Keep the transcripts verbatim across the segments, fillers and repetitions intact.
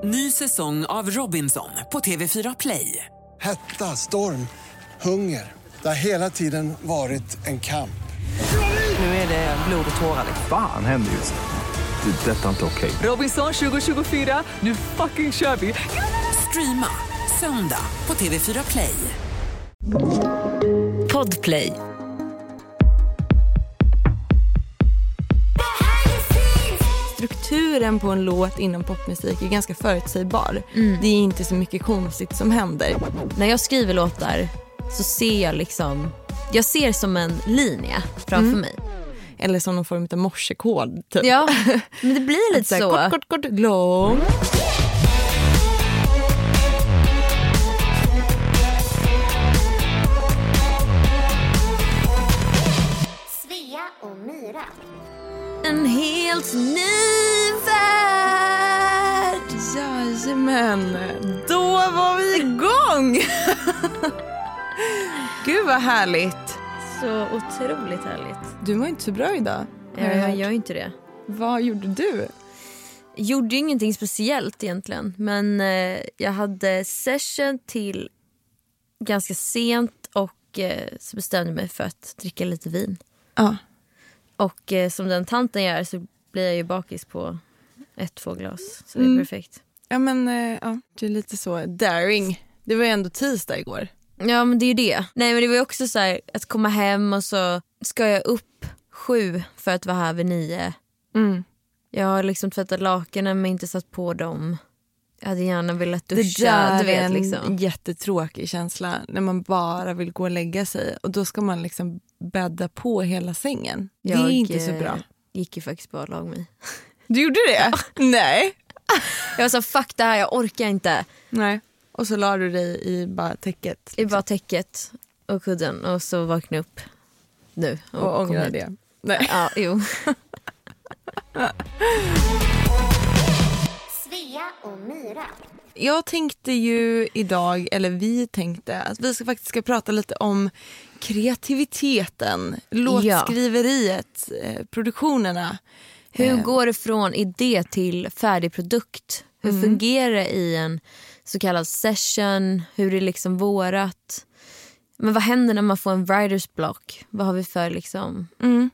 Ny säsong av Robinson på T V fyra Play. Hetta, storm, hunger. Det har hela tiden varit en kamp. Nu är det blod och tårar. Fan händer just nu. Det. Detta är inte okej. Robinson tjugo tjugofyra, nu fucking kör vi. Streama söndag på T V fyra Play. Podplay. Strukturen på en låt inom popmusik är ganska förutsägbar. Mm. Det är inte så mycket konstigt som händer. När jag skriver låtar så ser jag liksom, jag ser som en linje framför mm. mig. Eller som någon form av morsekod typ. Ja, men det blir lite så. Kort, kort, kort, lång. Svea och Myra. En helt ny värld. Jajamän, då var vi igång. Gud vad härligt. Så otroligt härligt. Du var inte så bra idag. Ja, jag gör inte det. Vad gjorde du? Jag gjorde ingenting speciellt egentligen. Men eh, jag hade session till ganska sent. Och eh, så bestämde jag mig för att dricka lite vin. Ja. Och eh, som den tanten gör så blir jag ju bakis på ett, två glas. Så det är mm. perfekt. Ja men eh, ja, det är lite så daring. Det var ju ändå tisdag igår. Ja men det är ju det. Nej men det var ju också så här att komma hem och så ska jag upp sju för att vara här vid nio. Mm. Jag har liksom tvättat lakenen men inte satt på dem. Jag hade gärna velat duscha. Det där du vet, är en liksom. jättetråkig känsla när man bara vill gå och lägga sig. Och då ska man liksom bädda på hela sängen. Jag, det är inte så bra. Jag gick ju faktiskt bara och lag mig. Du gjorde det? Nej. Jag var så fuck det här, jag orkar inte. Nej. Och så la du dig i bara täcket. Liksom. I bara täcket och kudden. Och så vaknade upp nu. Och, och ångrar det. Nej. Ja, jo. Svea och Myra. Jag tänkte ju idag, eller vi tänkte att vi ska faktiskt ska prata lite om kreativiteten, låtskriveriet, ja. produktionerna. Hur går det från idé till färdig produkt? Hur mm. fungerar det i en så kallad session? Hur är liksom vårat? Men vad händer när man får en writer's block? Vad har vi för liksom... Mm.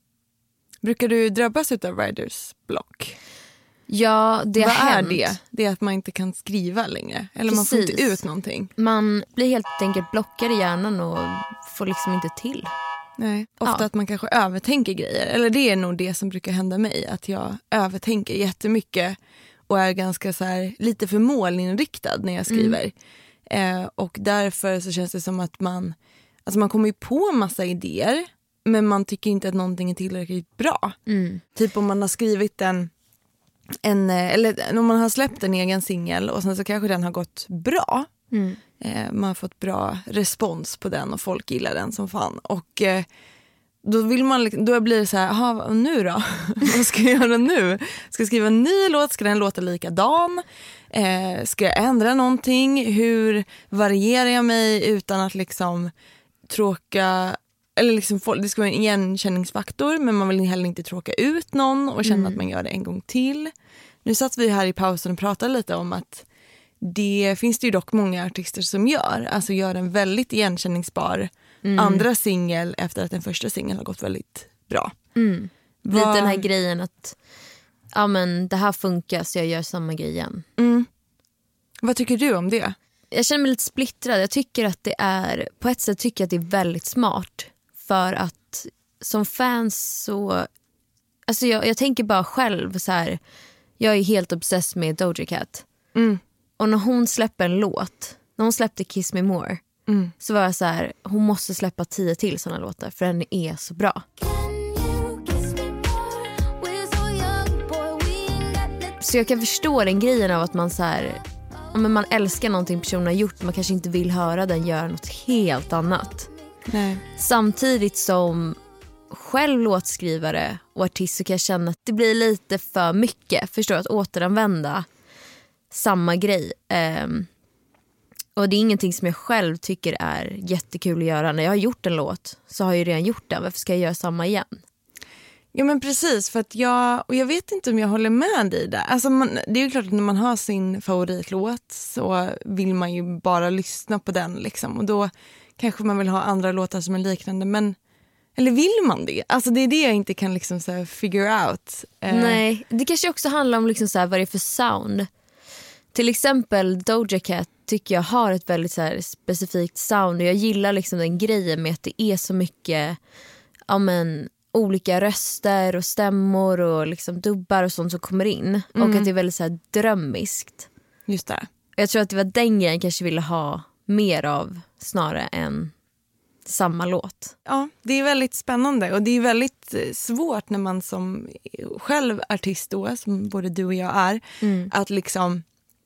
Brukar du drabbas av writer's block? Ja, det har Vad hänt. är det? Det är att man inte kan skriva längre. Eller Precis. Man får inte ut någonting. Man blir helt enkelt blockad i hjärnan och får liksom inte till. Nej, ofta ja. Att man kanske övertänker grejer. Eller det är nog det som brukar hända mig. Att jag övertänker jättemycket. Och är ganska så här, lite för målinriktad när jag skriver. Mm. Eh, och därför så känns det som att man... Alltså man kommer ju på en massa idéer. Men man tycker inte att någonting är tillräckligt bra. Mm. Typ om man har skrivit en... En, eller om man har släppt en egen singel och sen så kanske den har gått bra. Mm. Eh, man har fått bra respons på den och folk gillar den som fan. Och eh, då vill man då blir det så här, aha, nu då? Vad ska jag göra nu? Ska jag skriva en ny låt? Ska den låta likadan? Eh, ska jag ändra någonting? Hur varierar jag mig utan att liksom tråka... Eller liksom, det ska vara en igenkänningsfaktor, men man vill heller inte tråka ut någon och känna mm. att man gör det en gång till. Nu satt vi här i pausen och pratade lite om att det finns det ju dock många artister som gör. Alltså gör en väldigt igenkänningsbar mm. andra singel efter att den första singeln har gått väldigt bra. Mm. Var... Lite den här grejen att ja, men det här funkar så jag gör samma grej igen. Mm. Vad tycker du om det? Jag känner mig lite splittrad. Jag tycker att det är, på ett sätt tycker jag att det är väldigt smart. För att som fans så... Alltså jag, jag tänker bara själv så här. Jag är helt obsessed med Doja Cat. Mm. Och när hon släpper en låt, när hon släppte Kiss Me More, mm. så var jag så här, hon måste släppa tio till såna låtar för den är så bra. Så jag kan förstå den grejen av att man så här, men man älskar någonting personen har gjort, man kanske inte vill höra den göra något helt annat. Nej. Samtidigt som själv låtskrivare och artist så kan jag känna att det blir lite för mycket, förstår, att återanvända samma grej. Um, och det är ingenting som jag själv tycker är jättekul att göra. När jag har gjort en låt så har jag ju redan gjort den. Varför ska jag göra samma igen? Ja men precis, för att jag, och jag vet inte om jag håller med dig där. Alltså man, det är ju klart att när man har sin favoritlåt så vill man ju bara lyssna på den liksom. Och då kanske man vill ha andra låtar som är liknande, men eller vill man det? Alltså det är det jag inte kan liksom så här figure out. Eh. Nej, det kanske också handlar om liksom så här vad det är för sound. Till exempel Doja Cat tycker jag har ett väldigt så här specifikt sound. Och jag gillar liksom den grejen med att det är så mycket ja, men, olika röster och stämmor och liksom dubbar och sånt som kommer in. Mm. Och att det är väldigt så här drömmiskt. Just det. Jag tror att det var den grejen jag kanske ville ha mer av snarare än samma låt. Ja, det är väldigt spännande och det är väldigt svårt när man som själv artist då, som både du och jag är, mm. att liksom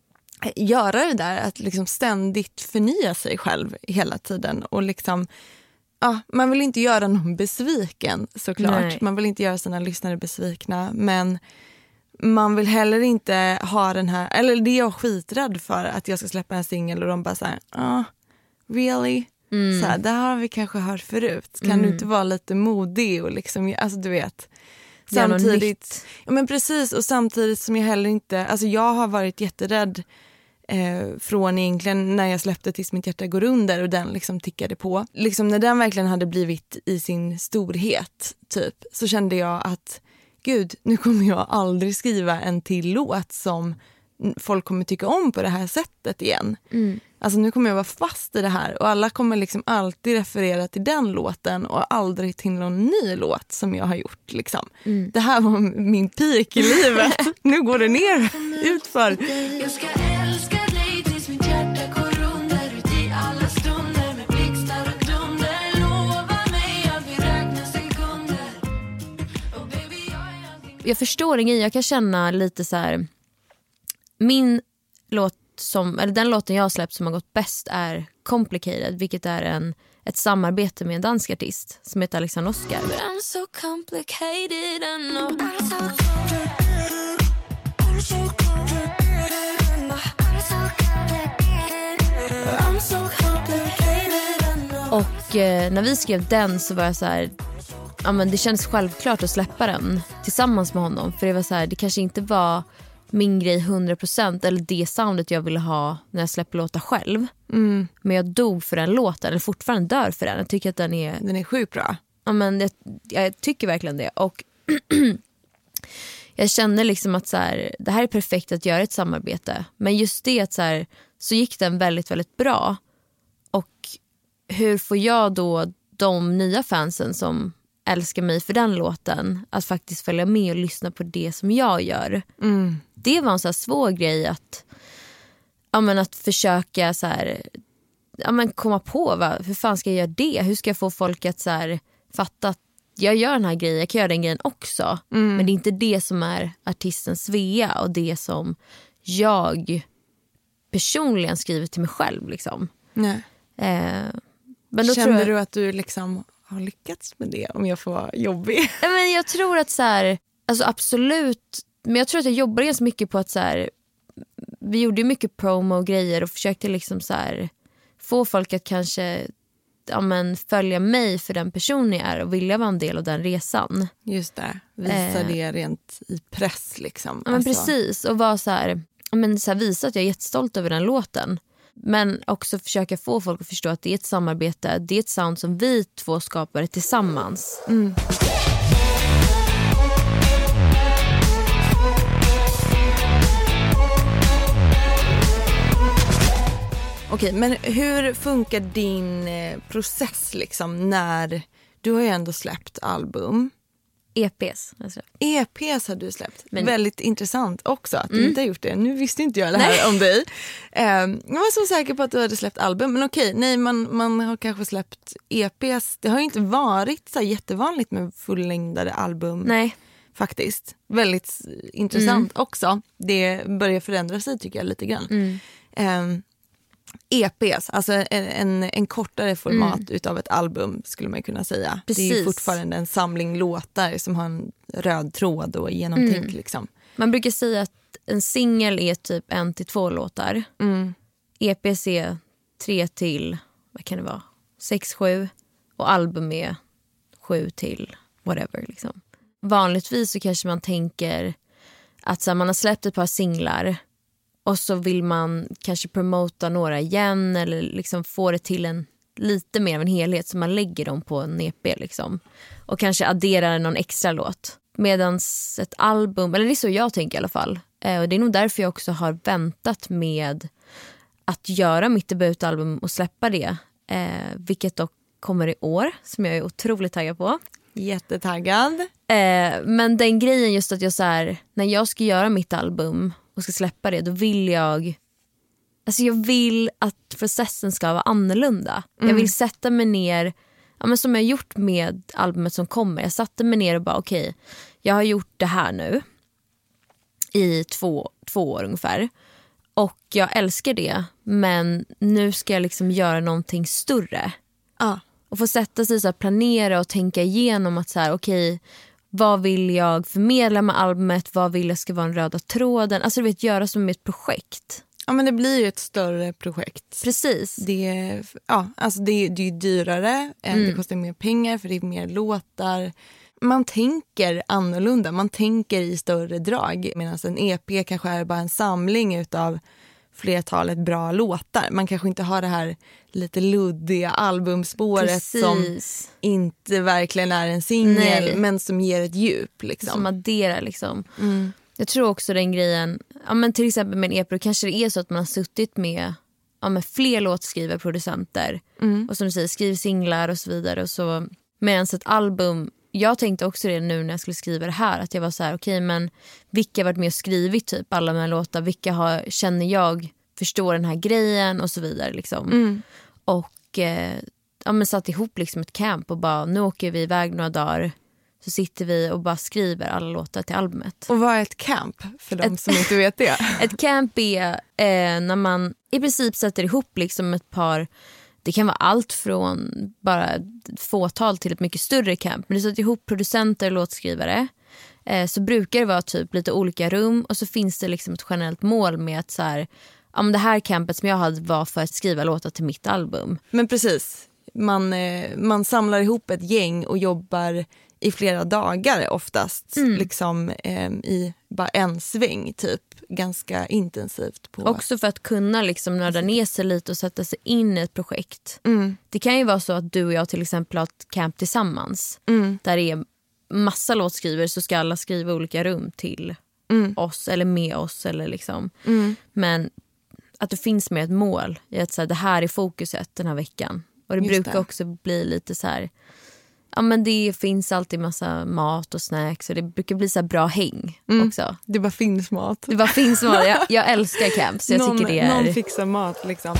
göra det där, att liksom ständigt förnya sig själv hela tiden och liksom, ja, man vill inte göra någon besviken såklart. Nej. Man vill inte göra sina lyssnare besvikna, men man vill heller inte ha den här, eller det är jag skiträdd för, att jag ska släppa en singel och de bara såhär, ah, really? Mm. Så här, det har vi kanske hört förut. Kan mm. du inte vara lite modig och liksom, alltså du vet. Samtidigt, ja men precis, och samtidigt som jag heller inte, alltså jag har varit jätterädd eh, från egentligen när jag släppte Tills mitt hjärta går under och den liksom tickade på. Liksom när den verkligen hade blivit i sin storhet typ, så kände jag att gud, nu kommer jag aldrig skriva en till låt som folk kommer tycka om på det här sättet igen. Mm. Alltså nu kommer jag vara fast i det här och alla kommer liksom alltid referera till den låten och aldrig till någon ny låt som jag har gjort liksom. Mm. Det här var min peak i livet. Nu går det ner utför. Jag ska älska dig tills mitt hjärta går under, ut i alla stunder med blixtar och dunder. Lova mig att vi räknar sekunder. Oh baby, jag är allting. Jag förstår ingen, jag kan känna lite så här. Min låt som, eller den låten jag har släppt som har gått bäst är Complicated, vilket är en, ett samarbete med en dansk artist som heter Alexander Oscar. I'm so complicated, I know. I'm so complicated. I'm so complicated. I'm so complicated, I know. Och eh, när vi skrev den så var jag så här, ja men det känns självklart att släppa den tillsammans med honom, för det var så här, det kanske inte var min grej hundra procent eller det soundet jag ville ha när jag släpper låta själv. Mm. Men jag dog för den låten, eller fortfarande dör för den. Jag tycker att den är... Den är sjukt bra. Ja, men jag, jag tycker verkligen det. Och jag känner liksom att så här, det här är perfekt att göra ett samarbete. Men just det att så här, så gick den väldigt, väldigt bra. Och hur får jag då de nya fansen som älskar mig för den låten att faktiskt följa med och lyssna på det som jag gör. Mm. Det var en så här svår grej att, ja, men att försöka så här, ja, men komma på va? Hur fan ska jag göra det? Hur ska jag få folk att så här, fatta att jag gör den här grejen, jag kan göra den grejen också. Mm. Men det är inte det som är artisten Svea och det som jag personligen skriver till mig själv liksom. Nej. Eh, men då Känner tror jag... du att du liksom har lyckats med det, om jag får vara jobbig? Men jag tror att så här, alltså absolut, men jag tror att jag jobbar ganska mycket på att så här, vi gjorde mycket promo och grejer och försökte liksom så här, få folk att kanske, ja, men, följa mig för den person jag är och vilja vara en del av den resan. Just det, visa eh. det rent i press liksom. Ja, men alltså. Precis, och vara så här, ja, men, så här, visa att jag är jättestolt över den låten. Men också försöka få folk att förstå att det är ett samarbete. Det är ett sound som vi två skapar tillsammans. Mm. Okej, men hur funkar din process liksom när du har ju ändå släppt album? E P:s. Alltså. E P:s har du släppt. Men... Väldigt intressant också att mm. du inte har gjort det. Nu visste inte jag det här nej. om dig. Um, jag var så säker på att du hade släppt album. Men okej, nej, man, man har kanske släppt E P:s. Det har ju inte varit så jättevanligt med fullängdade album. Nej. Faktiskt. Väldigt intressant mm. också. Det börjar förändra sig tycker jag lite grann. Mm. Um, E P:s, alltså en, en, en kortare format mm. utav ett album skulle man kunna säga. Precis. Det är fortfarande en samling låtar som har en röd tråd och genomtänk mm. liksom. Man brukar säga att en singel är typ en till två låtar. Mm. E P:s är tre till, vad kan det vara, sex, sju och album är sju till whatever liksom. vanligtvis så kanske man tänker att så här, man har släppt ett par singlar och så vill man kanske promota några igen eller liksom få det till en lite mer av en helhet, så man lägger dem på en E P liksom. Och kanske adderar någon extra låt. Medans ett album, eller det är så jag tänker i alla fall. Eh, och det är nog därför jag också har väntat med att göra mitt debutalbum och släppa det. Eh, vilket dock kommer i år, som jag är otroligt taggad på. Jättetaggad. Eh, men den grejen just att jag så här, när jag ska göra mitt album och ska släppa det, då vill jag... Alltså jag vill att processen ska vara annorlunda. Mm. Jag vill sätta mig ner, ja, men som jag gjort med albumet som kommer. Jag satte mig ner och bara okej, okay, jag har gjort det här nu i två, två år ungefär. Och jag älskar det, men nu ska jag liksom göra någonting större. Ah. Och få sätta sig så här, planera och tänka igenom att så här, okej, okay, vad vill jag förmedla med albumet? Vad vill jag ska vara den röda tråden? Alltså du vet, göra som ett projekt. Ja, men det blir ju ett större projekt. Precis. Det, ja, alltså det, det är ju dyrare, mm. det kostar mer pengar för det är mer låtar. Man tänker annorlunda, man tänker i större drag. Medan en E P kanske är bara en samling utav flertalet bra låtar. Man kanske inte har det här lite luddiga albumspåret. Precis. Som inte verkligen är en singel men som ger ett djup. Liksom. Som adderar liksom. Mm. Jag tror också den grejen, ja, men till exempel med en E P, kanske det är så att man har suttit med, ja, med fler låtskrivarproducenter mm. och som du säger, skriver singlar och så vidare. Och så, medan ett album, jag tänkte också det nu när jag skulle skriva det här, att jag var så här, okej, okay, men vilka har varit med och skrivit typ alla de här låtar, vilka har, känner jag förstår den här grejen och så vidare liksom. Mm. Och eh, ja, men satt ihop liksom ett camp och bara, nu åker vi iväg några dagar. Så sitter vi och bara skriver alla låtar till albumet. Och vad är ett camp för de ett, som inte vet det? Ett camp är eh, när man i princip sätter ihop liksom ett par, det kan vara allt från bara ett fåtal till ett mycket större camp. Men du sätter ihop producenter och låtskrivare. Eh, så brukar det vara typ lite olika rum och så finns det liksom ett generellt mål med att så här, ja, men det här campet som jag hade var för att skriva låtar till mitt album. Men precis, man, eh, man samlar ihop ett gäng och jobbar i flera dagar oftast, mm. liksom eh, i bara en sväng typ, ganska intensivt. På. Också för att kunna liksom nörda ner sig lite och sätta sig in i ett projekt. Mm. Det kan ju vara så att du och jag till exempel har ett camp tillsammans, mm. där det är massa låtskrivare, så ska alla skriva olika rum till mm. oss eller med oss eller liksom. Mm. Men att det finns med ett mål i att så här, det här är fokuset den här veckan. Och det Just brukar det. också bli lite så här, ja, men det finns alltid massa mat och snacks och det brukar bli så här bra häng mm. också. Det bara finns mat. Det bara finns mat. Jag, jag älskar camp, så jag någon, tycker det är... Någon fixar mat liksom.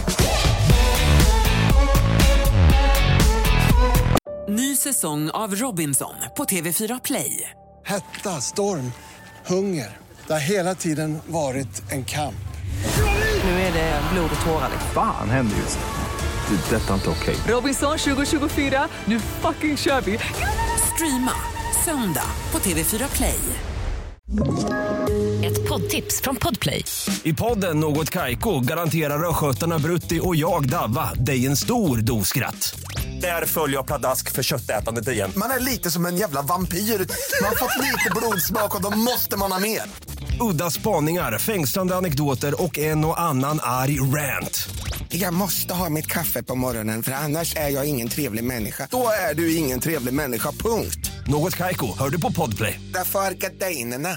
Ny säsong av Robinson på T V fyra Play. Hetta, storm, hunger. Det har hela tiden varit en kamp. Nu är det blod och tårar. Fan händer just det. Det är detta inte okej. Robinson tjugo tjugofyra, nu fucking kör vi. Streama söndag på T V fyra Play. Ett poddtips från Podplay. I podden Något Kaiko garanterar röskötarna Brutti och jag Davva dig en stor doskratt. Där följer jag pladask för köttätandet igen. Man är lite som en jävla vampyr. Man har fått lite blodsmak och då måste man ha mer. Udda spaningar, fängslande anekdoter och en och annan arg rant. Jag måste ha mitt kaffe på morgonen för annars är jag ingen trevlig människa. Då är du ingen trevlig människa, punkt. Något Kaiko, hör du på Podplay. Därför är gardinerna.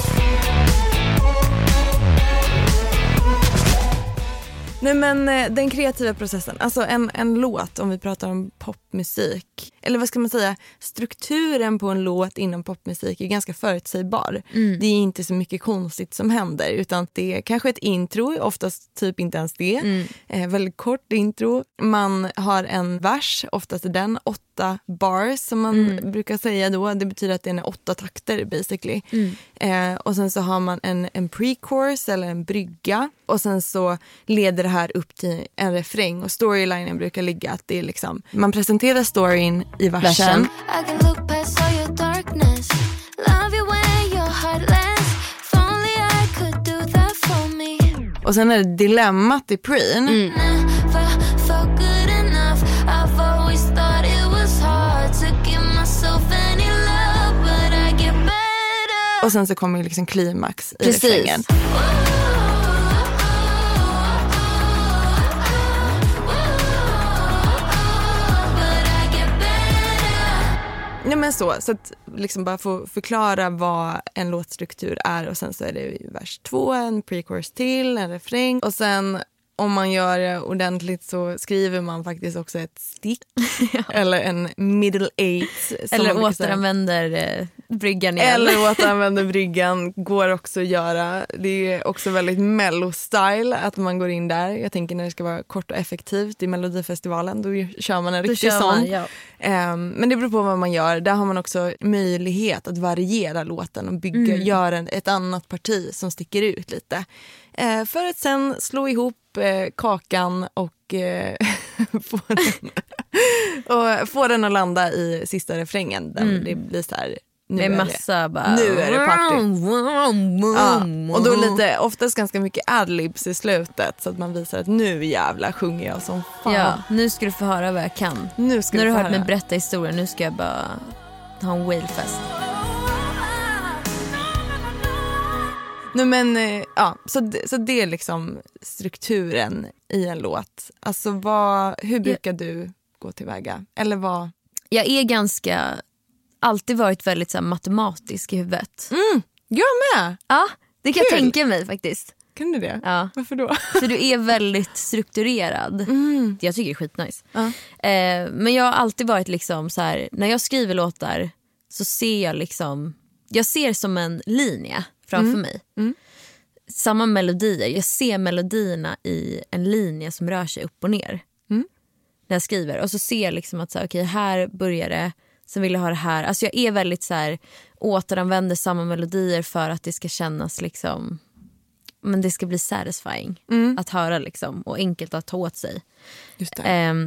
Nej, men den kreativa processen, alltså en, en låt, om vi pratar om popmusik, eller vad ska man säga, strukturen på en låt inom popmusik är ganska förutsägbar. Mm. Det är inte så mycket konstigt som händer, utan det är kanske ett intro, oftast typ inte ens det, Mm. eh, väldigt kort intro. Man har en vers, oftast är den åtta bars som man Mm. brukar säga då, det betyder att den är åtta takter basically. Mm. Eh, och sen så har man en, en pre-chorus eller en brygga, och sen så leder det här upp till en refräng, och storylinen brukar ligga att det är liksom, man presenterar storyn i versen. Versen. I can look past all your darkness. Love you when you're heartless. If only I could do that for me. Och sen är det dilemmat i preen. Mm. Never felt good enough. I've always thought it was hard to give myself any love, but I get Och sen så kommer liksom klimax i Precis. refrängen. Nej men så, så att liksom bara få förklara vad en låtstruktur är och sen så är det i vers två en pre-chorus till, en refräng och sen om man gör det ordentligt så skriver man faktiskt också ett stick ja. Eller en middle eight. Eller återanvänder eh, bryggan igen. Eller återanvänder bryggan går också att göra. Det är också väldigt mello-style att man går in där. Jag tänker när det ska vara kort och effektivt i Melodifestivalen då kör man en riktig sån. Ja. Um, men det beror på vad man gör. Där har man också möjlighet att variera låten och bygga, mm. göra ett annat parti som sticker ut lite. Uh, för att sen slå ihop uh, kakan och, uh, få, den, och få den att landa i sista refrängen. Där mm. det blir så här... Nu med är massa det, bara... Nu är det party. Ja, och då lite, oftast ganska mycket adlibs i slutet så att man visar att nu jävla sjunger jag som fan. Ja, nu ska du få höra vad jag kan. Nu ska När du har få hört höra. mig berätta historien, nu ska jag bara ha en wailfest. Nej men, ja, så, så det är liksom strukturen i en låt. Alltså vad, hur brukar ja. du gå tillväga? Eller vad? Jag är ganska... alltid varit väldigt så här, matematisk i huvudet. Mm, jag med! Ja, det kan Kul. jag tänka mig faktiskt. Kan du det? Ja. Varför då? För du är väldigt strukturerad. Mm. Jag tycker det är skitnice. Ja. Eh, men jag har alltid varit liksom så här, när jag skriver låtar så ser jag liksom, jag ser som en linje framför mm. mig. Mm. Samma melodier, jag ser melodierna i en linje som rör sig upp och ner. Mm. När jag skriver. Och så ser jag liksom att så här, okej, här börjar det. Sen vill jag ha det här. Alltså jag är väldigt så här, återanvänder samma melodier för att det ska kännas liksom, men det ska bli satisfying mm. att höra liksom och enkelt att ta åt sig. Just det. Um,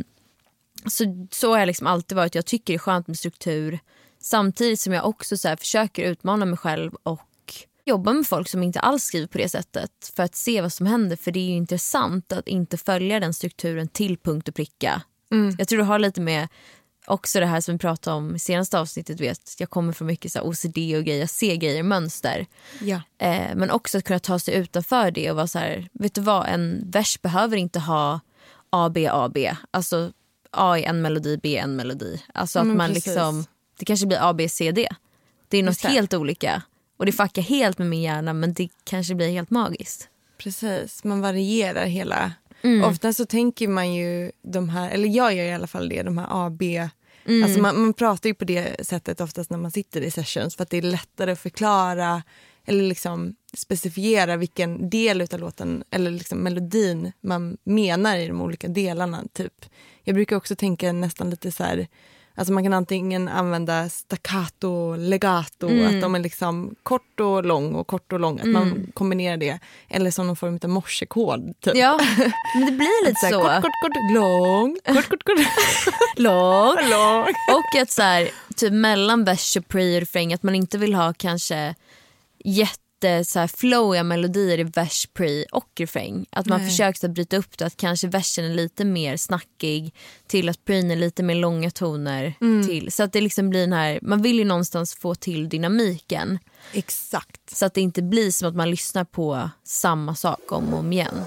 så, så har jag liksom alltid varit. Jag tycker det är skönt med struktur. Samtidigt som jag också så här, försöker utmana mig själv och jobba med folk som inte alls skriver på det sättet för att se vad som händer. För det är ju intressant att inte följa den strukturen till punkt och pricka. Mm. Jag tror det har lite med också det här som vi pratade om i senaste avsnittet. Vet, jag kommer från mycket så här O C D och grejer. Jag ser grejer, mönster. Ja. Eh, men också att kunna ta sig utanför det och vara så här, vet du vad, en vers behöver inte ha A, B, A, B. Alltså A i en melodi, B i en melodi. Alltså att mm, man precis. liksom, det kanske blir A, B, C, D. Det är något helt olika. Och det fuckar helt med min hjärna, men det kanske blir helt magiskt. Precis, man varierar hela. Mm. Ofta så tänker man ju de här, eller jag gör i alla fall det, de här A, B. Mm. Alltså man, man pratar ju på det sättet oftast när man sitter i sessions för att det är lättare att förklara eller liksom specifiera vilken del av låten eller liksom melodin man menar i de olika delarna. Typ. Jag brukar också tänka nästan lite så här, alltså man kan antingen använda staccato, legato, mm. att de är liksom kort och lång och kort och lång, att mm. man kombinerar det. Eller som någon form av morsekod. Typ. Ja, men det blir lite så. så. Kort, kort, kort, lång, kort, kort, kort. lång. lång. Och att så här, typ mellan vers och pre och refräng, att man inte vill ha kanske jätte så här flowiga melodier i vers, pre och refräng. Att man Nej. försöker att bryta upp det, att kanske versen är lite mer snackig till att pre är lite mer långa toner mm. till. Så att det liksom blir den här, man vill ju någonstans få till dynamiken. Exakt. Så att det inte blir som att man lyssnar på samma sak om och om igen.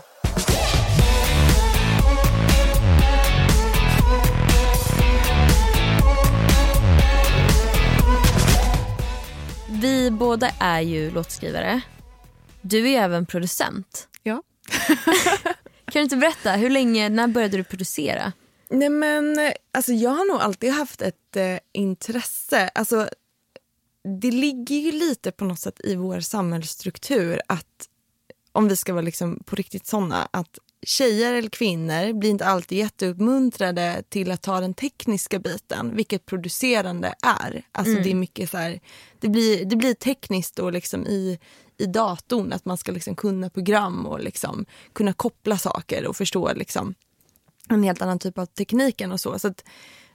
Vi båda är ju låtskrivare. Du är ju även producent. Ja. Kan du inte berätta, hur länge, när började du producera? Nej men, alltså jag har nog alltid haft ett eh, intresse. Alltså det ligger ju lite på något sätt i vår samhällsstruktur att om vi ska vara liksom på riktigt såna, att tjejer eller kvinnor blir inte alltid jätteuppmuntrade till att ta den tekniska biten, vilket producerande är. Alltså mm. det är mycket så här, det blir, det blir tekniskt och liksom i, i datorn att man ska liksom kunna program och liksom kunna koppla saker och förstå liksom en helt annan typ av tekniken och så. Så att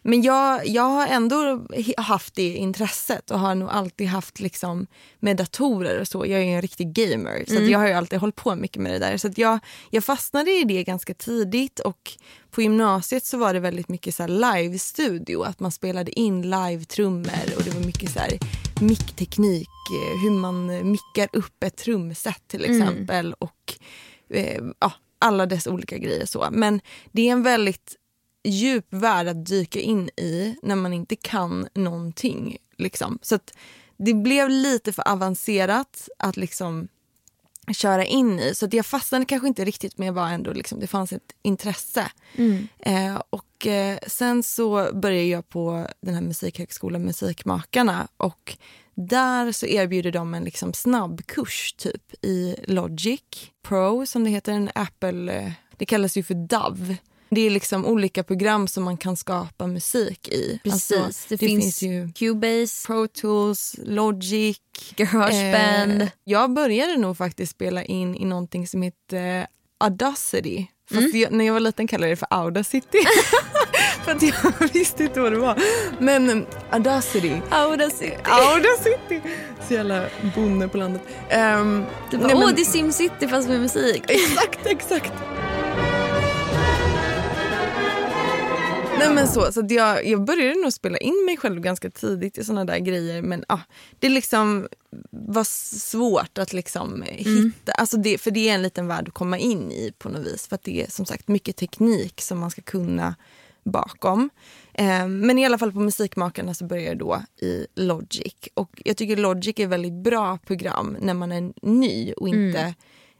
Men jag, jag har ändå haft det intresset och har nog alltid haft liksom med datorer och så. Jag är ju en riktig gamer så Mm. att jag har ju alltid hållit på mycket med det där. Så att jag, jag fastnade i det ganska tidigt och på gymnasiet så var det väldigt mycket så här live-studio. Att man spelade in live-trummor och det var mycket så här mickteknik. Hur man mickar upp ett trumset till exempel mm. och eh, ja, alla dess olika grejer så. Men det är en väldigt djup värld att dyka in i när man inte kan någonting liksom. Så att det blev lite för avancerat att liksom köra in i. Så att jag fastnade kanske inte riktigt, men jag var ändå liksom, det fanns ett intresse. Mm. Eh, och eh, sen så började jag på den här musikhögskolan Musikmakarna och där så erbjuder de en liksom snabbkurs typ i Logic Pro som det heter, en Apple, det kallas ju för D A W. Det är liksom olika program som man kan skapa musik i. Precis, alltså, det, det finns, finns ju Cubase, Pro Tools, Logic, GarageBand. Eh, jag började nog faktiskt spela in i någonting som heter eh, Audacity. Fast mm. jag, när jag var liten kallade jag det för Audacity. För att jag visste inte vad det var. Men um, Audacity. Audacity. Audacity. Så jävla bonde på landet. Um, du bara, åh, det är SimCity fast med musik. Exakt, exakt. Nej men så, så att jag, jag började nog spela in mig själv ganska tidigt i såna där grejer. Men ah, det liksom var svårt att liksom mm. hitta. Alltså det, för det är en liten värld att komma in i på något vis. För att det är som sagt mycket teknik som man ska kunna bakom. Eh, men i alla fall på Musikmakarna så började jag då i Logic. Och jag tycker Logic är ett väldigt bra program när man är ny och inte mm.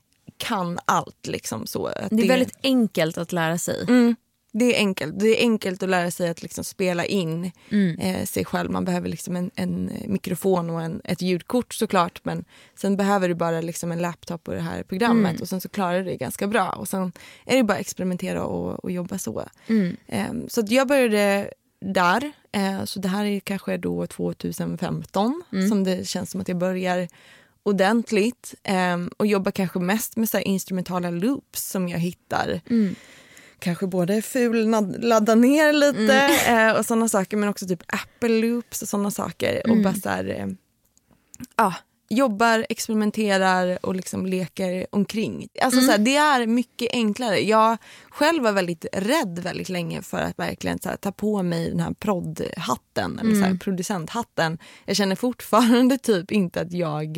kan allt. Liksom så. Att det är det, väldigt enkelt att lära sig. Mm. Det är enkelt. Det är enkelt att lära sig att liksom spela in mm. eh, sig själv. Man behöver liksom en, en mikrofon och en, ett ljudkort såklart. Men sen behöver du bara liksom en laptop och det här programmet. Mm. Och sen så klarar du det ganska bra. Och sen är det bara att experimentera och, och jobba så. Mm. Eh, så att jag började där. Eh, så det här är kanske då tjugohundrafemton mm. som det känns som att jag börjar ordentligt. Eh, och jobbar kanske mest med så här instrumentala loops som jag hittar. Mm. Kanske både ful, ladda ner lite mm. eh, och sådana saker, men också typ Apple Loops och sådana saker. Mm. Och bara så här, eh, ah, jobbar, experimenterar och liksom leker omkring. Alltså mm. så här, det är mycket enklare. Jag själv var väldigt rädd väldigt länge för att verkligen så här, ta på mig den här proddhatten eller mm. så här, producenthatten. Jag känner fortfarande typ inte att jag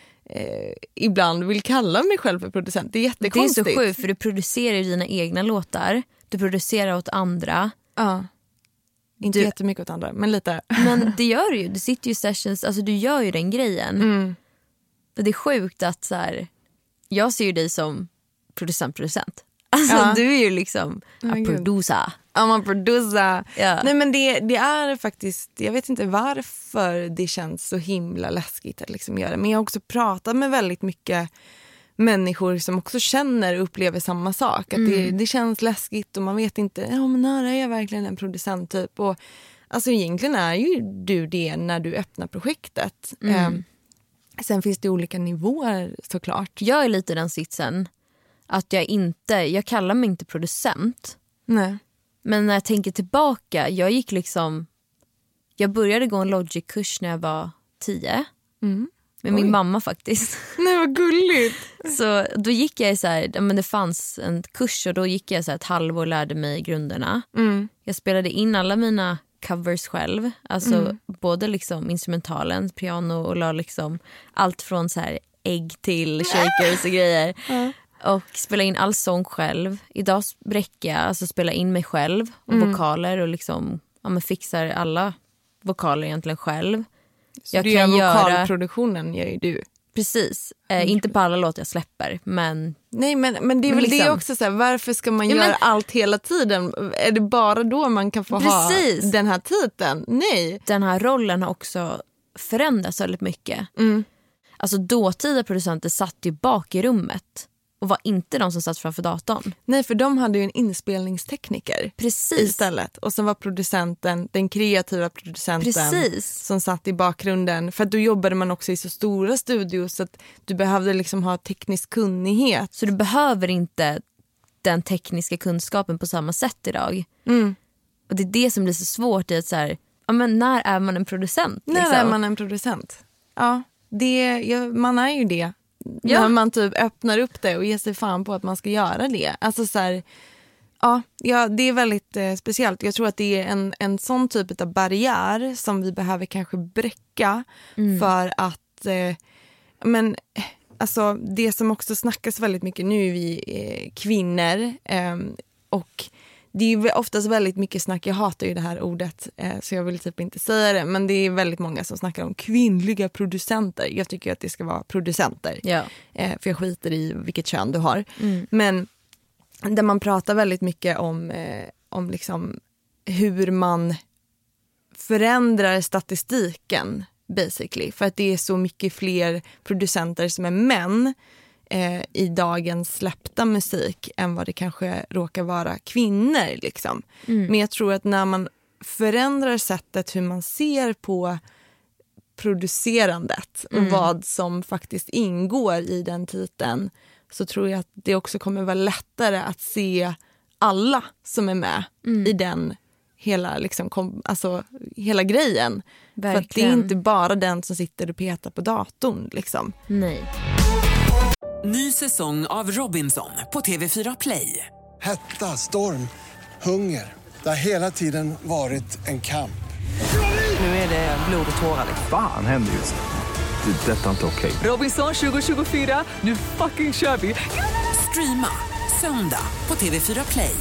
Eh, ibland vill kalla mig själv för producent. Det är jättekonstigt. Det är så sjukt för du producerar ju dina egna låtar. Du producerar åt andra. Ja. Inte du, jättemycket åt andra, men lite. Men det gör du ju. Du sitter ju i sessions, alltså du gör ju den grejen. Mm. Och det är sjukt att så här, jag ser ju dig som producent-producent. Alltså ja. Du är ju liksom oh, a producer. Ja, man producer. Ja. Nej men det, det är faktiskt, jag vet inte varför det känns så himla läskigt att liksom göra det. Men jag har också pratat med väldigt mycket människor som också känner och upplever samma sak. Att mm. det, det känns läskigt och man vet inte, ja men när är jag verkligen en producent typ. Och alltså egentligen är ju du det när du öppnar projektet. Mm. Um, sen finns det olika nivåer såklart. Jag är lite den sitsen att jag inte, jag kallar mig inte producent. Nej. Men när jag tänker tillbaka, jag gick liksom, jag började gå en Logic-kurs när jag var tio. Mm. Med Oj. Min mamma faktiskt. Nej, vad gulligt. Så då gick jag så här, men det fanns en kurs och då gick jag så här ett halvår och lärde mig grunderna. Mm. Jag spelade in alla mina covers själv. Alltså mm. både liksom instrumentalen, piano och la liksom allt från så här ägg till shakers och grejer. Mm. Och spela in all sång själv. Idag räcker jag alltså spela in mig själv och mm. vokaler och liksom ja, men fixar alla vokaler egentligen själv. Så jag du kan gör vokalproduktionen gör ju du. Precis. Eh, inte på alla låtar jag släpper, men nej, men men det är väl liksom det också så här, varför ska man ja, göra men allt hela tiden? Är det bara då man kan få precis. Ha den här titeln? Nej. Den här rollen har också förändrats väldigt mycket. Mm. Alltså dåtida producenter satt ju bak i rummet. Och var inte de som satt framför datorn. Nej, för de hade ju en inspelningstekniker. Precis. Istället. Och sen var producenten, den kreativa producenten. Precis. Som satt i bakgrunden. För att då jobbade man också i så stora studios så att du behövde liksom ha teknisk kunnighet. Så du behöver inte den tekniska kunskapen på samma sätt idag. Mm. Och det är det som blir så svårt i att så här, ja, men när är man en producent? När liksom? är man en producent? Ja, det, ja, man är ju det. Ja. När man typ öppnar upp det och ger sig fan på att man ska göra det. Alltså så här, ja, ja, det är väldigt eh, speciellt. Jag tror att det är en, en sån typ av barriär som vi behöver kanske bräcka Mm. för att, eh, men alltså det som också snackas väldigt mycket, nu är vi eh, kvinnor eh, och det är ju oftast väldigt mycket snack, jag hatar ju det här ordet eh, så jag vill typ inte säga det, men det är väldigt många som snackar om kvinnliga producenter. Jag tycker att det ska vara producenter, Ja. eh, för jag skiter i vilket kön du har. Mm. Men där man pratar väldigt mycket om, eh, om liksom hur man förändrar statistiken basically, för att det är så mycket fler producenter som är män eh, i dagens släppta musik än vad det kanske råkar vara kvinnor liksom. Mm. Men jag tror att när man förändrar sättet hur man ser på producerandet och Mm. vad som faktiskt ingår i den titeln, så tror jag att det också kommer vara lättare att se alla som är med Mm. i den hela, liksom, kom, alltså, hela grejen. Verkligen. För att det är inte bara den som sitter och petar på datorn. Liksom. Nej. Ny säsong av Robinson på T V fyra Play. Hetta, storm, hunger. Det har hela tiden varit en kamp. Nu är det blod och tårar. Fan händer just det. Det är detta inte okej. Robinson tjugo tjugofyra, nu fucking kör vi. Streama söndag på T V fyra Play.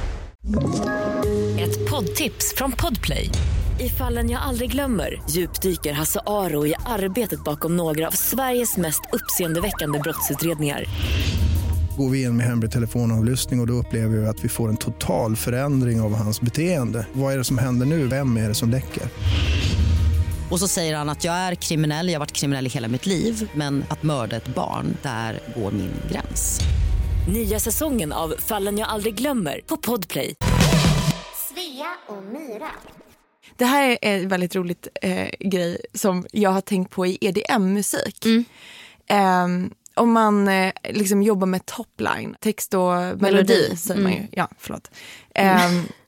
Ett poddtips från Podplay. I Fallen jag aldrig glömmer djupdyker Hasse Aro i arbetet bakom några av Sveriges mest uppseendeväckande brottsutredningar. Går vi in med hemlig telefonavlyssning och, och då upplever vi att vi får en total förändring av hans beteende. Vad är det som händer nu? Vem är det som läcker? Och så säger han att jag är kriminell, jag har varit kriminell i hela mitt liv, men att mörda ett barn, där går min gräns. Nya säsongen av Fallen jag aldrig glömmer på Podplay. Svea och Myra. Det här är en väldigt roligt eh, grej som jag har tänkt på i E D M-musik. Mm. Eh, om man eh, liksom jobbar med topline, text och melodi, Melodi. säger man ju. Mm. Ja, förlåt. Eh,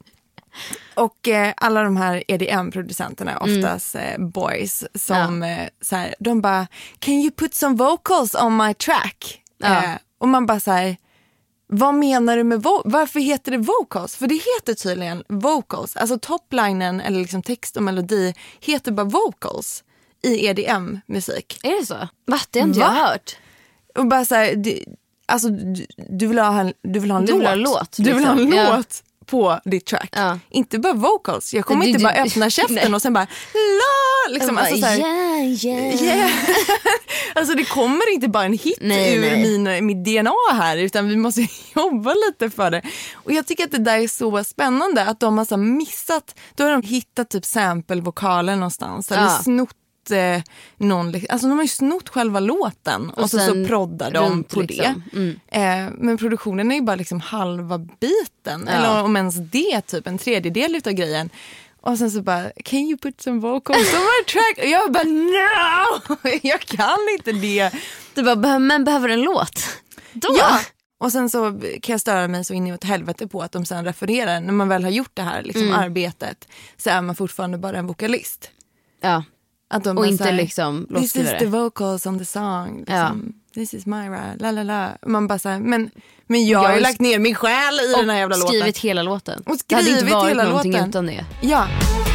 och eh, alla de här E D M-producenterna är oftast eh, boys som eh, så här, de bara, can you put some vocals on my track? Ja. Eh, och man bara så här, vad menar du med vo- varför heter det vocals? För det heter tydligen vocals. Alltså toplinen eller liksom text och melodi heter bara vocals i E D M-musik. Är det så? Va? Det har inte jag Va? hört. Och bara så här, du, alltså du, du vill ha en, du vill ha en Du låt. vill ha en låt, Du vill ha en liksom. Ja. låt på ditt track. Ja. Inte bara vocals. Jag kommer Du- inte du- bara öppna käften Nej. och sen bara la, liksom, alltså så här, yeah, yeah. yeah. Alltså det kommer inte bara en hit Nej, ur nej. Min, mitt D N A här, utan vi måste jobba lite för det. Och jag tycker att det där är så spännande att de har så missat, då har de hittat typ sample-vokaler någonstans eller Ja. snott eh, någon, alltså de har ju snott själva låten och, Och så, så sen proddar de runt, på liksom. Mm. det. Eh, men produktionen är ju bara liksom halva biten, Ja. eller om ens det, typ en tredjedel utav grejen. Och sen så bara, can you put some vocals on my track? Och jag bara, no! Jag kan inte det. Du bara, "Behö- men behöver en låt? Då? Ja. Och sen så kan jag störa mig så in i åt helvete på att de sen refererar, när man väl har gjort det här liksom, Mm. arbetet, så är man fortfarande bara en vokalist. Ja. Att de Och bara inte så här, liksom this is låtskrivare. the vocals on the song. Liksom. Ja. This is Myra, la la la. Och man bara så här, men, men jag Jag har ju har lagt ner min själ i den här jävla Och låten. skrivit hela låten. Och Det hade inte skrivit varit hela någonting låten. utan det. Ja.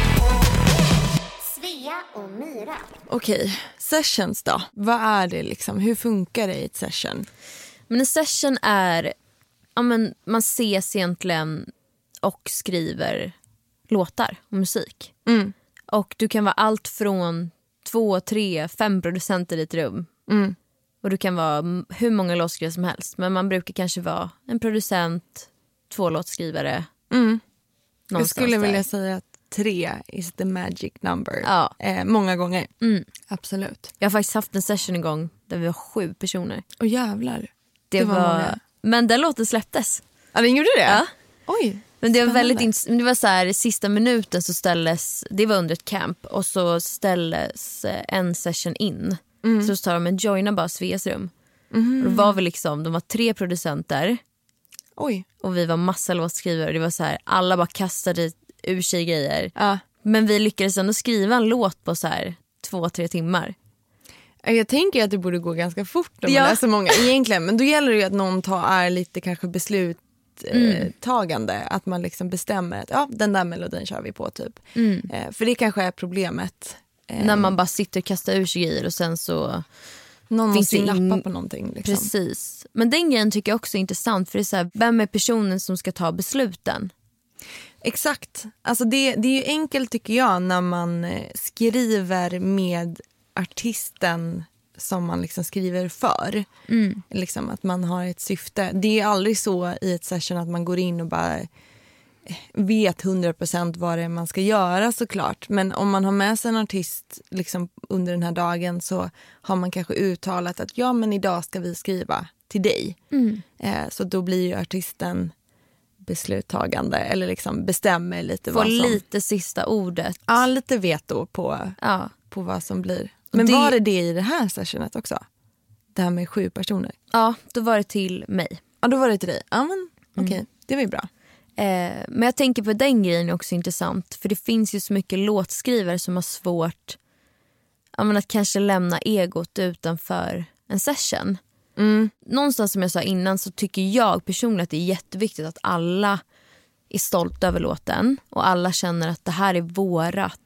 Svea och Myra. Okej, sessions då? Vad är det liksom? Hur funkar det i ett session? Men en session är, ja, men man ses egentligen och skriver låtar och musik. Mm. Och du kan vara allt från två, tre, fem producenter i ett rum. Mm. Och du kan vara m- hur många låtskrivare som helst. Men man brukar kanske vara en producent, två låtskrivare. Mm. Jag Någonstans skulle där. vilja säga att tre is the magic number. Ja. Eh, många gånger. Mm. Absolut. Jag har faktiskt haft en session en gång där vi var sju personer. Och jävlar. Det, Det var var, många. Men den låten släpptes. Ja, den gjorde det? Ja. Oj. Men det var Spännande. väldigt int- men det var så här, i sista minuten så ställdes, det var under ett camp och så ställdes eh, en session in. Mm. Så sa de, men joina bara Sveas rum. Mhm. Och då var vi liksom, de var tre producenter. Oj. Och vi var massa låtskrivare. Det var så här, alla bara kastade ur sig grejer. Ja. Men vi lyckades ändå skriva en låt på så här två, tre timmar. Jag tänker att det borde gå ganska fort om Ja. man läser många egentligen. Men då gäller det ju att någon tar, är lite kanske besluttagande. Mm. Att man liksom bestämmer att ja, den där melodin kör vi på typ. Mm. Eh, för det kanske är problemet. Eh, När man bara sitter och kastar ur sig grejer och sen så... Någon finns måste det nappa in... på någonting. Liksom. Precis. Men den grejen tycker jag också är intressant. För det är så här, vem är personen som ska ta besluten? Exakt. Alltså det, det är ju enkelt tycker jag när man skriver med artisten som man liksom skriver för. Mm. Liksom att man har ett syfte. Det är aldrig så i ett session att man går in och bara vet hundra procent vad det är man ska göra såklart. Men om man har med sig en artist liksom under den här dagen så har man kanske uttalat att ja men idag ska vi skriva till dig. Mm. Eh, så då blir ju artisten besluttagande eller liksom bestämmer lite Får vad som... lite sista ordet. Ja, lite veto på, ja. på vad som blir. Men det... var det det i det här sessionet också? Det här med sju personer? Ja, då var det till mig. Ja, då var det till dig. Ja, men okej, okay. Mm. Det var ju bra. Eh, men jag tänker på den grejen är också intressant. För det finns ju så mycket låtskrivare som har svårt ja, men att kanske lämna egot utanför en session. Mm. Någonstans som jag sa innan så tycker jag personligen att det är jätteviktigt att alla är stolta över låten. Och alla känner att det här är vårat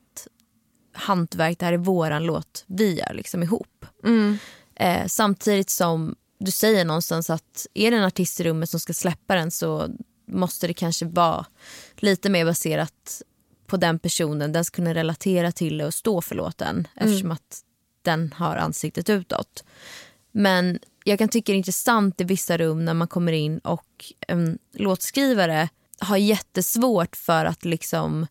hantverk, det här är våran låt vi gör liksom ihop. Mm. Eh, samtidigt som du säger någonstans att är det en artist i rummet som ska släppa den så måste det kanske vara lite mer baserat på den personen. Den ska kunna relatera till det och stå för låten mm. eftersom att den har ansiktet utåt. Men jag kan tycka det är intressant i vissa rum när man kommer in och en låtskrivare har jättesvårt för att liksom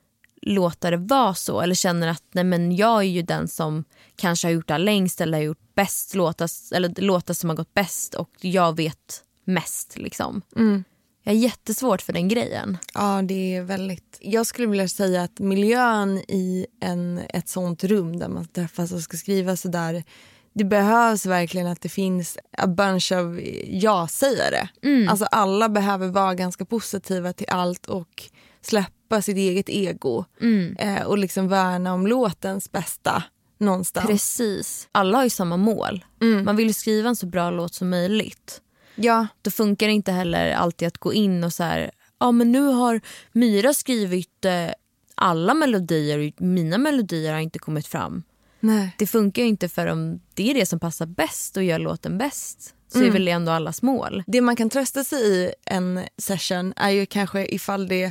låta det vara så. Eller känner att nej, men jag är ju den som kanske har gjort det längst eller har gjort bäst låtar, eller låtar som har gått bäst och jag vet mest liksom. Mm. Jag är jättesvårt för den grejen. Ja, det är väldigt... Jag skulle vilja säga att miljön i en, ett sånt rum där man träffas och ska skriva så där, det behövs verkligen att det finns a bunch of ja-sägare. Mm. Alltså alla behöver vara ganska positiva till allt och släppa sitt eget ego. Mm. Eh, och liksom värna om låtens bästa någonstans. Precis. Alla har ju samma mål. Mm. Man vill ju skriva en så bra låt som möjligt. Ja. Då funkar det inte heller alltid att gå in och så här, ja men nu har Myra skrivit eh, alla melodier och mina melodier har inte kommit fram. Nej. Det funkar ju inte för om det är det som passar bäst och gör låten bäst så mm. är väl det ändå allas mål. Det man kan trösta sig i en session är ju kanske ifall det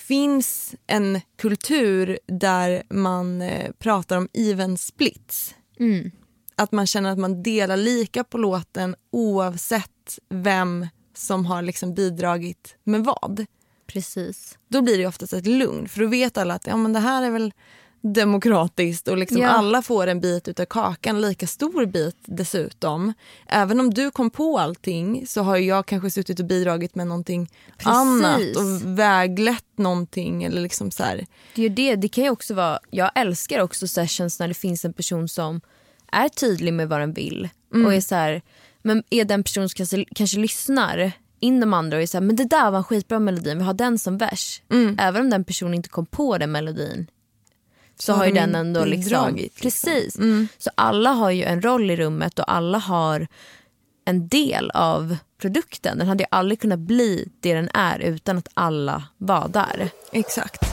finns en kultur där man eh, pratar om even splits. Mm. Att man känner att man delar lika på låten oavsett vem som har liksom bidragit med vad. Precis. Då blir det oftast ett lugn. För då vet alla att ja, men det här är väl demokratiskt. Och liksom ja. alla får en bit utav kakan. Lika stor bit dessutom. Även om du kom på allting så har jag kanske suttit och bidragit med någonting Precis. annat. Och väglett någonting. Eller liksom så här. Det är ju det. Det kan ju också vara... Jag älskar också sessions när det finns en person som är tydlig med vad den vill. Mm. Och är så här... Men är den personen som kanske, kanske lyssnar in de andra och är så här, men det där var en skitbra melodi, vi har den som vers. Mm. Även om den personen inte kom på den melodin så, så har ju den ändå liksom, liksom. Precis. Mm. Så alla har ju en roll i rummet och alla har en del av produkten. Den hade ju aldrig kunnat bli det den är utan att alla var där. Exakt.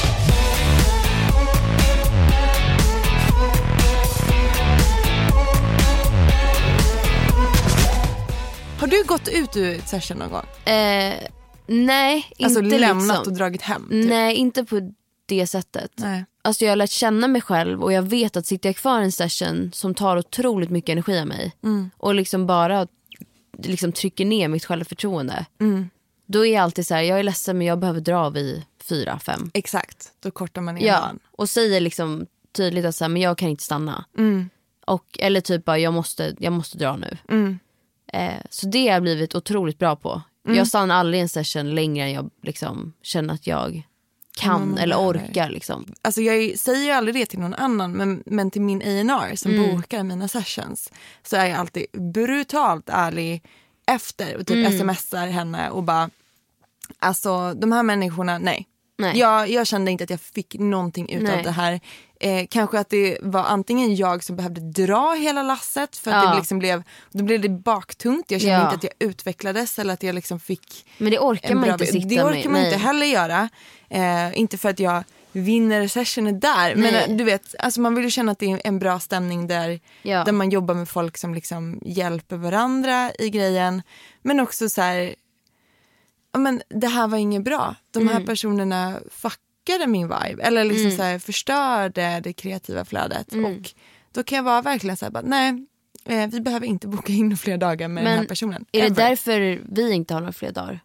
Har du gått ut ur ett session någon gång? Eh, nej, alltså inte lämnat liksom. Och dragit hem? Typ. Nej, inte på det sättet. Nej. Alltså jag har lärt känna mig själv och jag vet att sitter jag kvar i en session som tar otroligt mycket energi av mig mm. och liksom bara liksom trycker ner mitt självförtroende. Mm. Då är jag alltid så här, jag är ledsen men jag behöver dra vid fyra, fem. Exakt, då kortar man ner ja. man. Och säger liksom tydligt att så här, men jag kan inte stanna. Mm. Och, eller typ bara, jag måste, jag måste dra nu. Mm. Eh, så det har jag blivit otroligt bra på. Mm. Jag stannar aldrig i en session längre än jag liksom känner att jag kan mm, eller orkar. Liksom. Alltså jag säger ju aldrig det till någon annan, men, men till min A and R som mm. bokar mina sessions så är jag alltid brutalt ärlig efter och typ mm. smsar henne och bara, alltså de här människorna, nej. Nej. Jag, jag kände inte att jag fick någonting ut Nej. av det här. Eh, kanske att det var antingen jag som behövde dra hela lasset för att Ja. det liksom blev, då blev det baktungt. Jag kände Ja. inte att jag utvecklades eller att jag liksom fick. Men det orkar en man bra inte bild. sitta Det orkar med. man Nej. inte heller göra. Eh, inte för att jag vinner sessioner där. Men Nej. eh, du vet, alltså man vill ju känna att det är en bra stämning där, Ja. där man jobbar med folk som liksom hjälper varandra i grejen. Men också så här, ja, men det här var inget bra. De här Mm. personerna fuckade min vibe. Eller liksom Mm. så här, förstörde det kreativa flödet. Mm. Och då kan jag vara verkligen så här, bara, nej, eh, vi behöver inte boka in fler dagar med Men den här personen. är det Ever. därför vi inte har några fler dagar?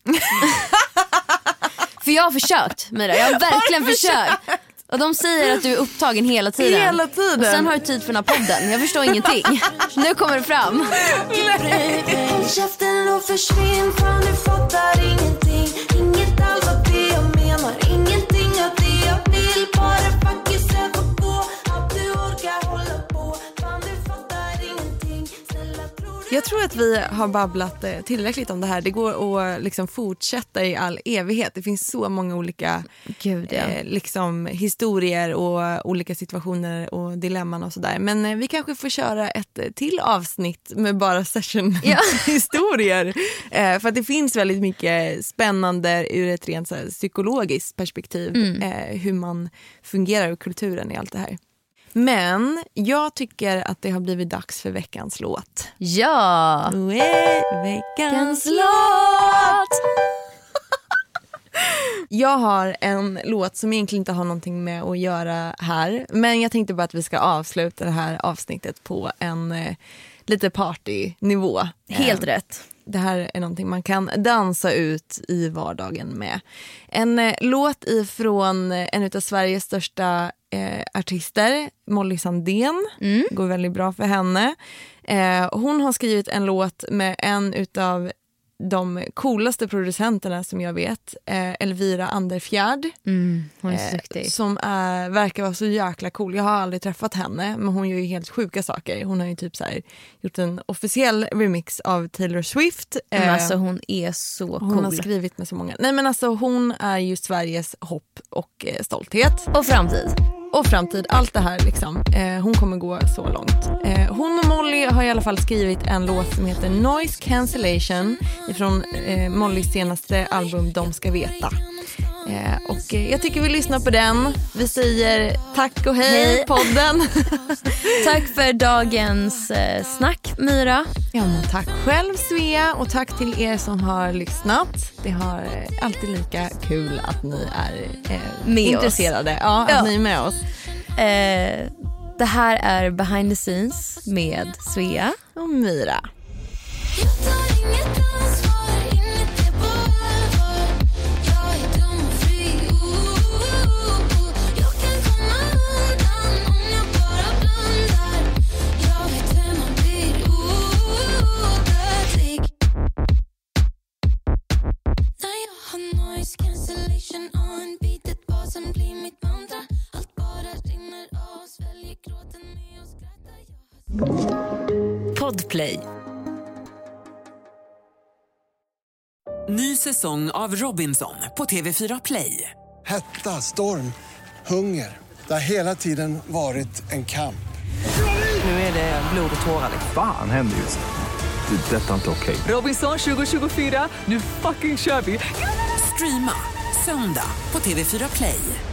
För jag har försökt, Mira. Jag har verkligen försökt. Och de säger att du är upptagen hela tiden. Hela tiden. Och sen har du tid för den här podden. Jag förstår ingenting. Nu kommer det fram. Håll käften och försvinn, fan du fattar ingenting. Inget alls av det jag menar, ingenting av det jag vill. Bara faktiskt sätt och gå, att du orkar hålla på. Fan du fattar ingenting, snälla tror du. Jag tror att vi har babblat eh, tillräckligt om det här. Det går att liksom fortsätta i all evighet. Det finns så många olika Gud, ja. eh, liksom, historier och olika situationer och dilemman och sådär. Men eh, vi kanske får köra ett eh, till avsnitt med bara session-historier. eh, för att det finns väldigt mycket spännande ur ett rent så här, psykologiskt perspektiv. Mm. Eh, hur man fungerar och kulturen i allt det här. Men jag tycker att det har blivit dags för veckans låt. Ja! Way, veckans låt! Jag har en låt som egentligen inte har någonting med att göra här. Men jag tänkte bara att vi ska avsluta det här avsnittet på en eh, lite partynivå. Helt Eh, rätt. Det här är någonting man kan dansa ut i vardagen med. En eh, låt ifrån en av Sveriges största eh, artister, Molly Sandén. Mm. Går väldigt bra för henne. Eh, hon har skrivit en låt med en utav de coolaste producenterna som jag vet, eh, Elvira Anderfjärd. Mm, hon är så duktig. Eh, som är, verkar vara så jäkla cool. Jag har aldrig träffat henne, men hon gör ju helt sjuka saker. Hon har ju typ så här, gjort en officiell remix av Taylor Swift. Men Eh, alltså hon är så cool. hon har skrivit med så många. Nej men alltså hon är ju Sveriges hopp och eh, stolthet. Och framtid. Och framtid, allt det här liksom. Eh, hon kommer gå så långt. Eh, hon och Molly har i alla fall skrivit en låt som heter Noise Cancellation ifrån eh, Mollys senaste album De ska veta. Eh, och eh, jag tycker vi lyssnar på den. Vi säger tack och hej, Hej. podden. Tack för dagens eh, snack, Myra. Ja, men tack själv Svea och tack till er som har lyssnat. Det har eh, alltid lika kul att ni är eh, Med intresserade. Ja, att Ja. ni är med oss. Eh, det här är Behind the Scenes med Svea och Myra. Jag tar inget ansvar, inget är på allvar. Jag är dum och fri, ooh. Jag kan komma undan om jag bara blundar. Jag vet hur man blir odödlig. När jag har noise cancellation on, beatet basen blir mitt mantra. Allt bara rinner av, sväljer gråten med och skrattar. Podplay. Ny säsong av Robinson på T V fyra Play. Hetta, storm, hunger. Det har hela tiden varit en kamp. Nu är det blod och tårar. Fan händer just det. Det är detta inte okej. Robinson tjugo tjugofyra, nu fucking kör vi. Streama söndag på T V fyra Play.